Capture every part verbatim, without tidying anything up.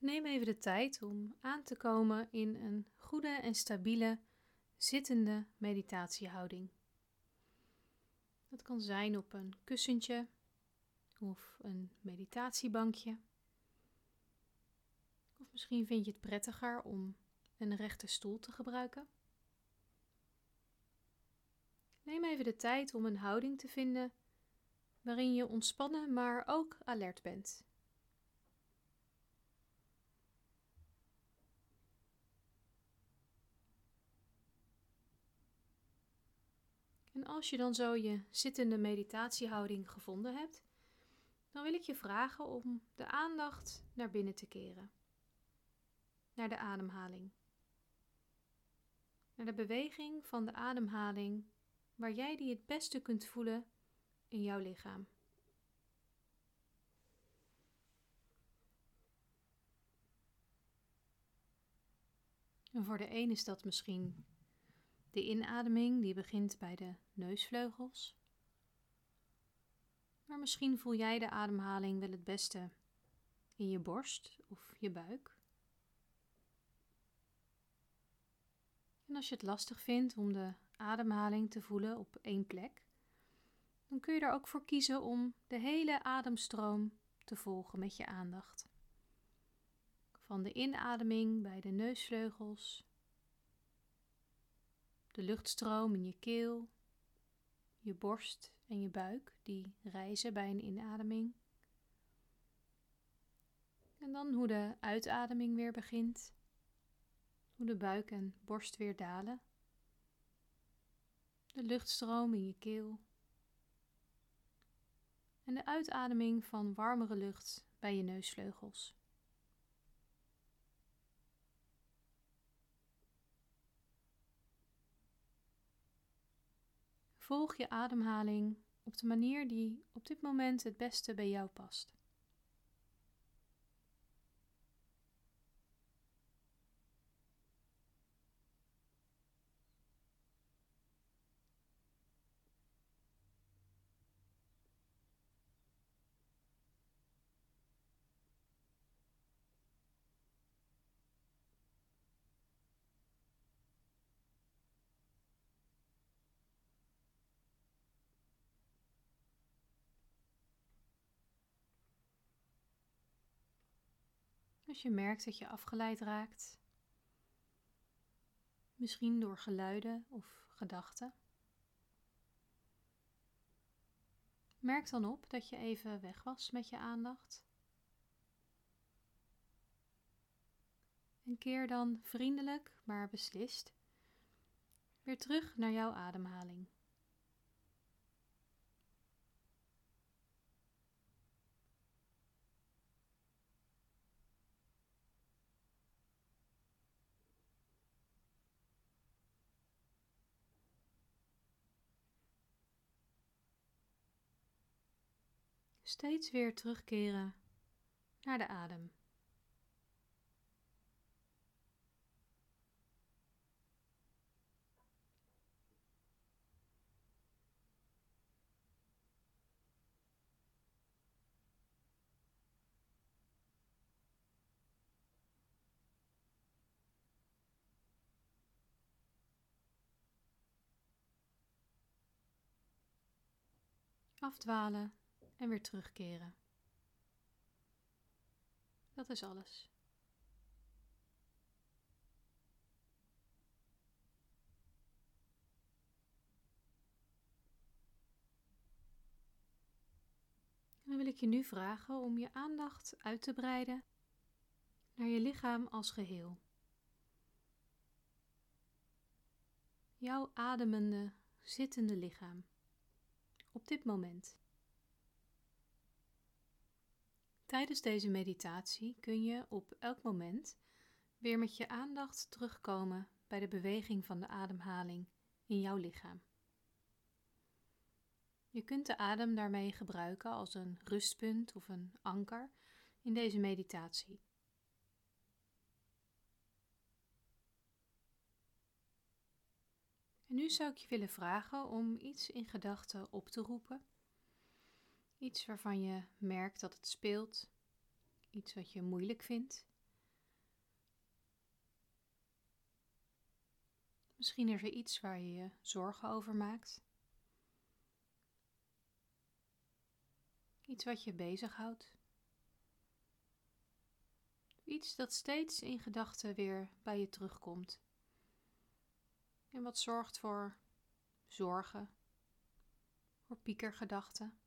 Neem even de tijd om aan te komen in een goede en stabiele zittende meditatiehouding. Dat kan zijn op een kussentje of een meditatiebankje. Of misschien vind je het prettiger om een rechte stoel te gebruiken. Neem even de tijd om een houding te vinden waarin je ontspannen, maar ook alert bent. En als je dan zo je zittende meditatiehouding gevonden hebt, dan wil ik je vragen om de aandacht naar binnen te keren. Naar de ademhaling. Naar de beweging van de ademhaling, waar jij die het beste kunt voelen in jouw lichaam. En voor de een is dat misschien de inademing die begint bij de neusvleugels. Maar misschien voel jij de ademhaling wel het beste in je borst of je buik. En als je het lastig vindt om de ademhaling te voelen op één plek, dan kun je er ook voor kiezen om de hele ademstroom te volgen met je aandacht. Van de inademing bij de neusvleugels, de luchtstroom in je keel, je borst en je buik die rijzen bij een inademing. En dan hoe de uitademing weer begint, hoe de buik en borst weer dalen. De luchtstroom in je keel. En de uitademing van warmere lucht bij je neusvleugels. Volg je ademhaling op de manier die op dit moment het beste bij jou past. Als je merkt dat je afgeleid raakt, misschien door geluiden of gedachten, merk dan op dat je even weg was met je aandacht. En keer dan vriendelijk, maar beslist weer terug naar jouw ademhaling. Steeds weer terugkeren naar de adem. Afdwalen en weer terugkeren. Dat is alles. En dan wil ik je nu vragen om je aandacht uit te breiden naar je lichaam als geheel. Jouw ademende, zittende lichaam. Op dit moment. Tijdens deze meditatie kun je op elk moment weer met je aandacht terugkomen bij de beweging van de ademhaling in jouw lichaam. Je kunt de adem daarmee gebruiken als een rustpunt of een anker in deze meditatie. En nu zou ik je willen vragen om iets in gedachten op te roepen. Iets waarvan je merkt dat het speelt, iets wat je moeilijk vindt. Misschien is er iets waar je je zorgen over maakt. Iets wat je bezighoudt. Iets dat steeds in gedachten weer bij je terugkomt. En wat zorgt voor zorgen, voor piekergedachten.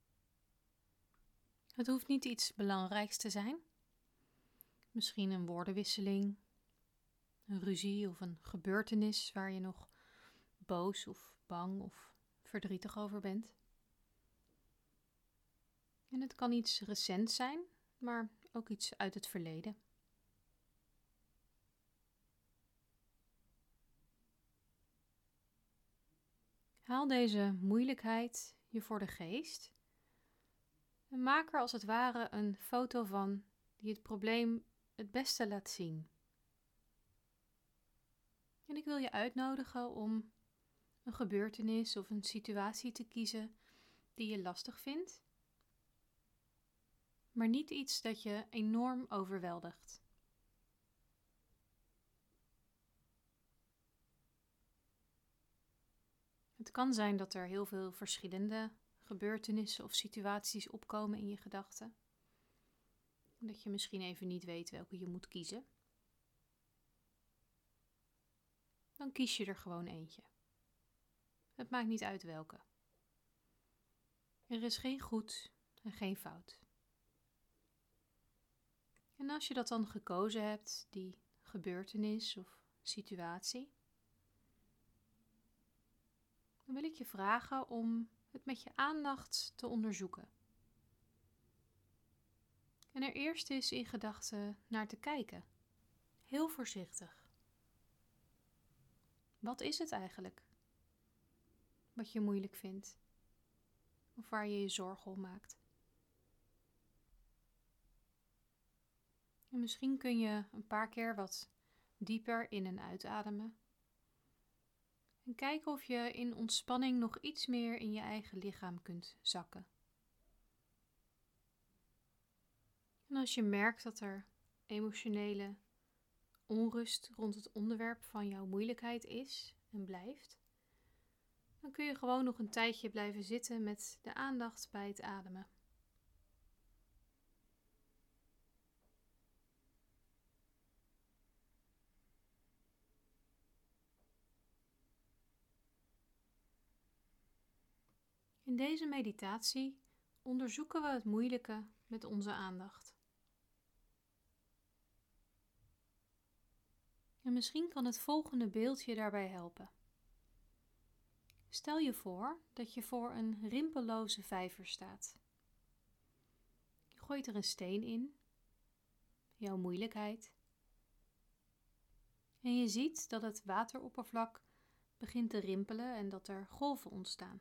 Het hoeft niet iets belangrijks te zijn. Misschien een woordenwisseling, een ruzie of een gebeurtenis waar je nog boos of bang of verdrietig over bent. En het kan iets recents zijn, maar ook iets uit het verleden. Haal deze moeilijkheid je voor de geest en maak er als het ware een foto van die het probleem het beste laat zien. En ik wil je uitnodigen om een gebeurtenis of een situatie te kiezen die je lastig vindt, maar niet iets dat je enorm overweldigt. Het kan zijn dat er heel veel verschillende gebeurtenissen of situaties opkomen in je gedachten. En dat je misschien even niet weet welke je moet kiezen. Dan kies je er gewoon eentje. Het maakt niet uit welke. Er is geen goed en geen fout. En als je dat dan gekozen hebt, die gebeurtenis of situatie, dan wil ik je vragen om het met je aandacht te onderzoeken. En er eerst eens in gedachten naar te kijken. Heel voorzichtig. Wat is het eigenlijk? Wat je moeilijk vindt? Of waar je je zorgen om maakt? En misschien kun je een paar keer wat dieper in- en uitademen. En kijken of je in ontspanning nog iets meer in je eigen lichaam kunt zakken. En als je merkt dat er emotionele onrust rond het onderwerp van jouw moeilijkheid is en blijft, dan kun je gewoon nog een tijdje blijven zitten met de aandacht bij het ademen. In deze meditatie onderzoeken we het moeilijke met onze aandacht. En misschien kan het volgende beeld je daarbij helpen. Stel je voor dat je voor een rimpelloze vijver staat. Je gooit er een steen in, jouw moeilijkheid, en je ziet dat het wateroppervlak begint te rimpelen en dat er golven ontstaan.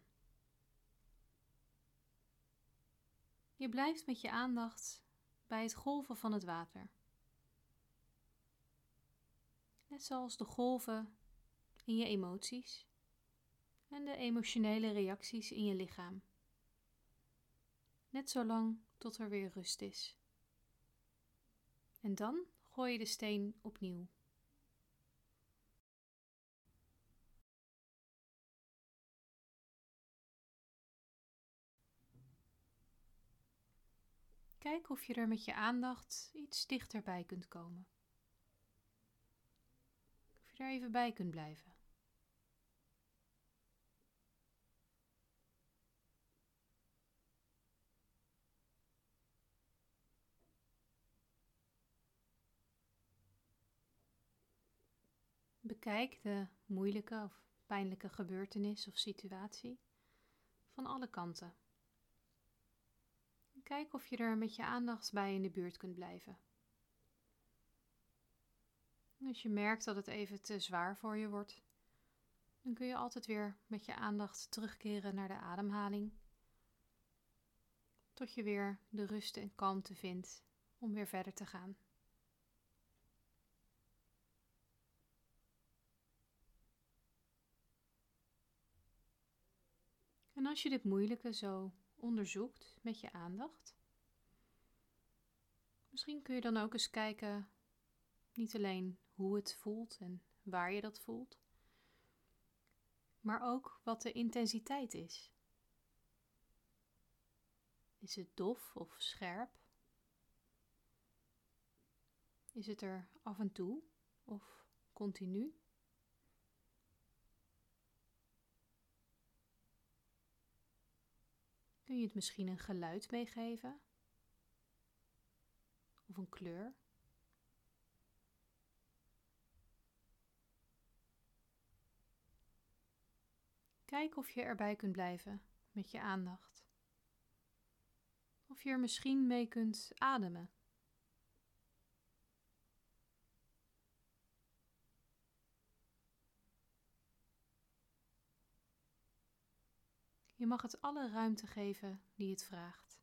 Je blijft met je aandacht bij het golven van het water. Net zoals de golven in je emoties en de emotionele reacties in je lichaam. Net zolang tot er weer rust is. En dan gooi je de steen opnieuw. Kijk of je er met je aandacht iets dichterbij kunt komen. Of je er even bij kunt blijven. Bekijk de moeilijke of pijnlijke gebeurtenis of situatie van alle kanten. Kijk of je er met je aandacht bij in de buurt kunt blijven. Als je merkt dat het even te zwaar voor je wordt, dan kun je altijd weer met je aandacht terugkeren naar de ademhaling, tot je weer de rust en kalmte vindt om weer verder te gaan. En als je dit moeilijke zo onderzoekt met je aandacht, misschien kun je dan ook eens kijken, niet alleen hoe het voelt en waar je dat voelt, maar ook wat de intensiteit is. Is het dof of scherp? Is het er af en toe of continu? Kun je het misschien een geluid meegeven? Of een kleur? Kijk of je erbij kunt blijven met je aandacht. Of je er misschien mee kunt ademen. Je mag het alle ruimte geven die het vraagt.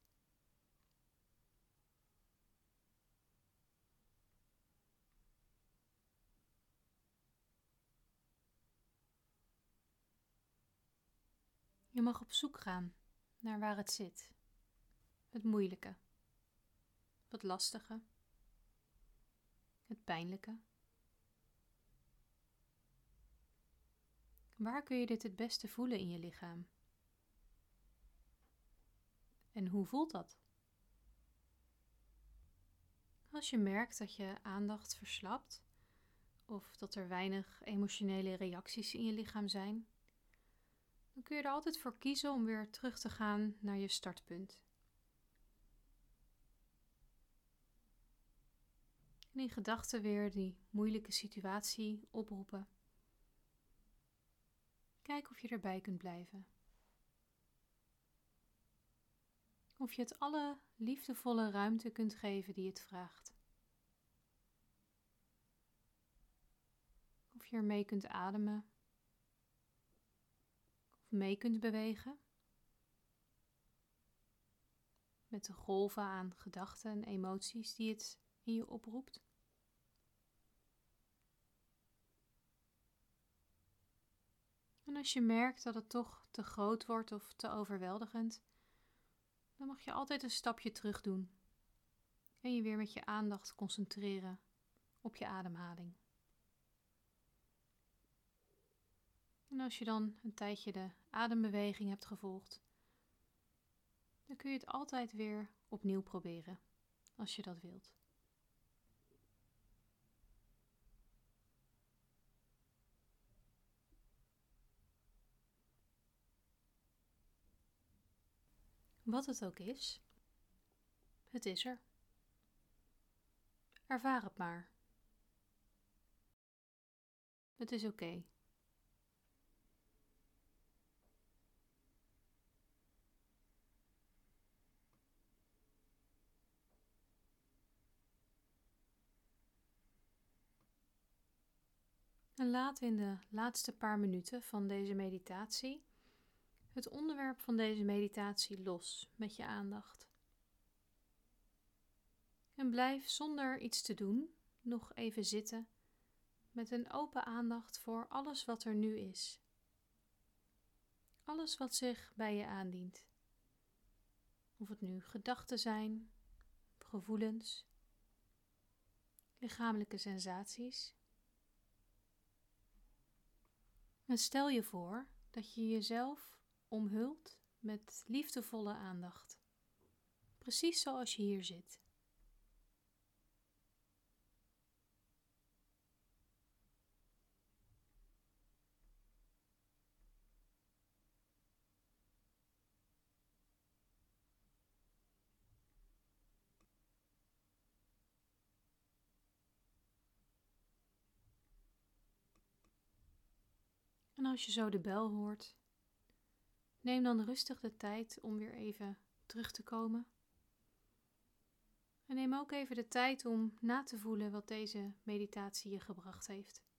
Je mag op zoek gaan naar waar het zit. Het moeilijke, het lastige, het pijnlijke. Waar kun je dit het beste voelen in je lichaam? En hoe voelt dat? Als je merkt dat je aandacht verslapt of dat er weinig emotionele reacties in je lichaam zijn, dan kun je er altijd voor kiezen om weer terug te gaan naar je startpunt. En in gedachten weer die moeilijke situatie oproepen. Kijk of je erbij kunt blijven. Of je het alle liefdevolle ruimte kunt geven die het vraagt. Of je ermee kunt ademen. Of mee kunt bewegen. Met de golven aan gedachten en emoties die het in je oproept. En als je merkt dat het toch te groot wordt of te overweldigend, dan mag je altijd een stapje terug doen en je weer met je aandacht concentreren op je ademhaling. En als je dan een tijdje de adembeweging hebt gevolgd, dan kun je het altijd weer opnieuw proberen, als je dat wilt. Wat het ook is, het is er. Ervaar het maar. Het is oké. En laat in de laatste paar minuten van deze meditatie het onderwerp van deze meditatie los met je aandacht. En blijf zonder iets te doen nog even zitten met een open aandacht voor alles wat er nu is. Alles wat zich bij je aandient. Of het nu gedachten zijn, gevoelens, lichamelijke sensaties. En stel je voor dat je jezelf omhult met liefdevolle aandacht. Precies zoals je hier zit. En als je zo de bel hoort, neem dan rustig de tijd om weer even terug te komen. En neem ook even de tijd om na te voelen wat deze meditatie je gebracht heeft.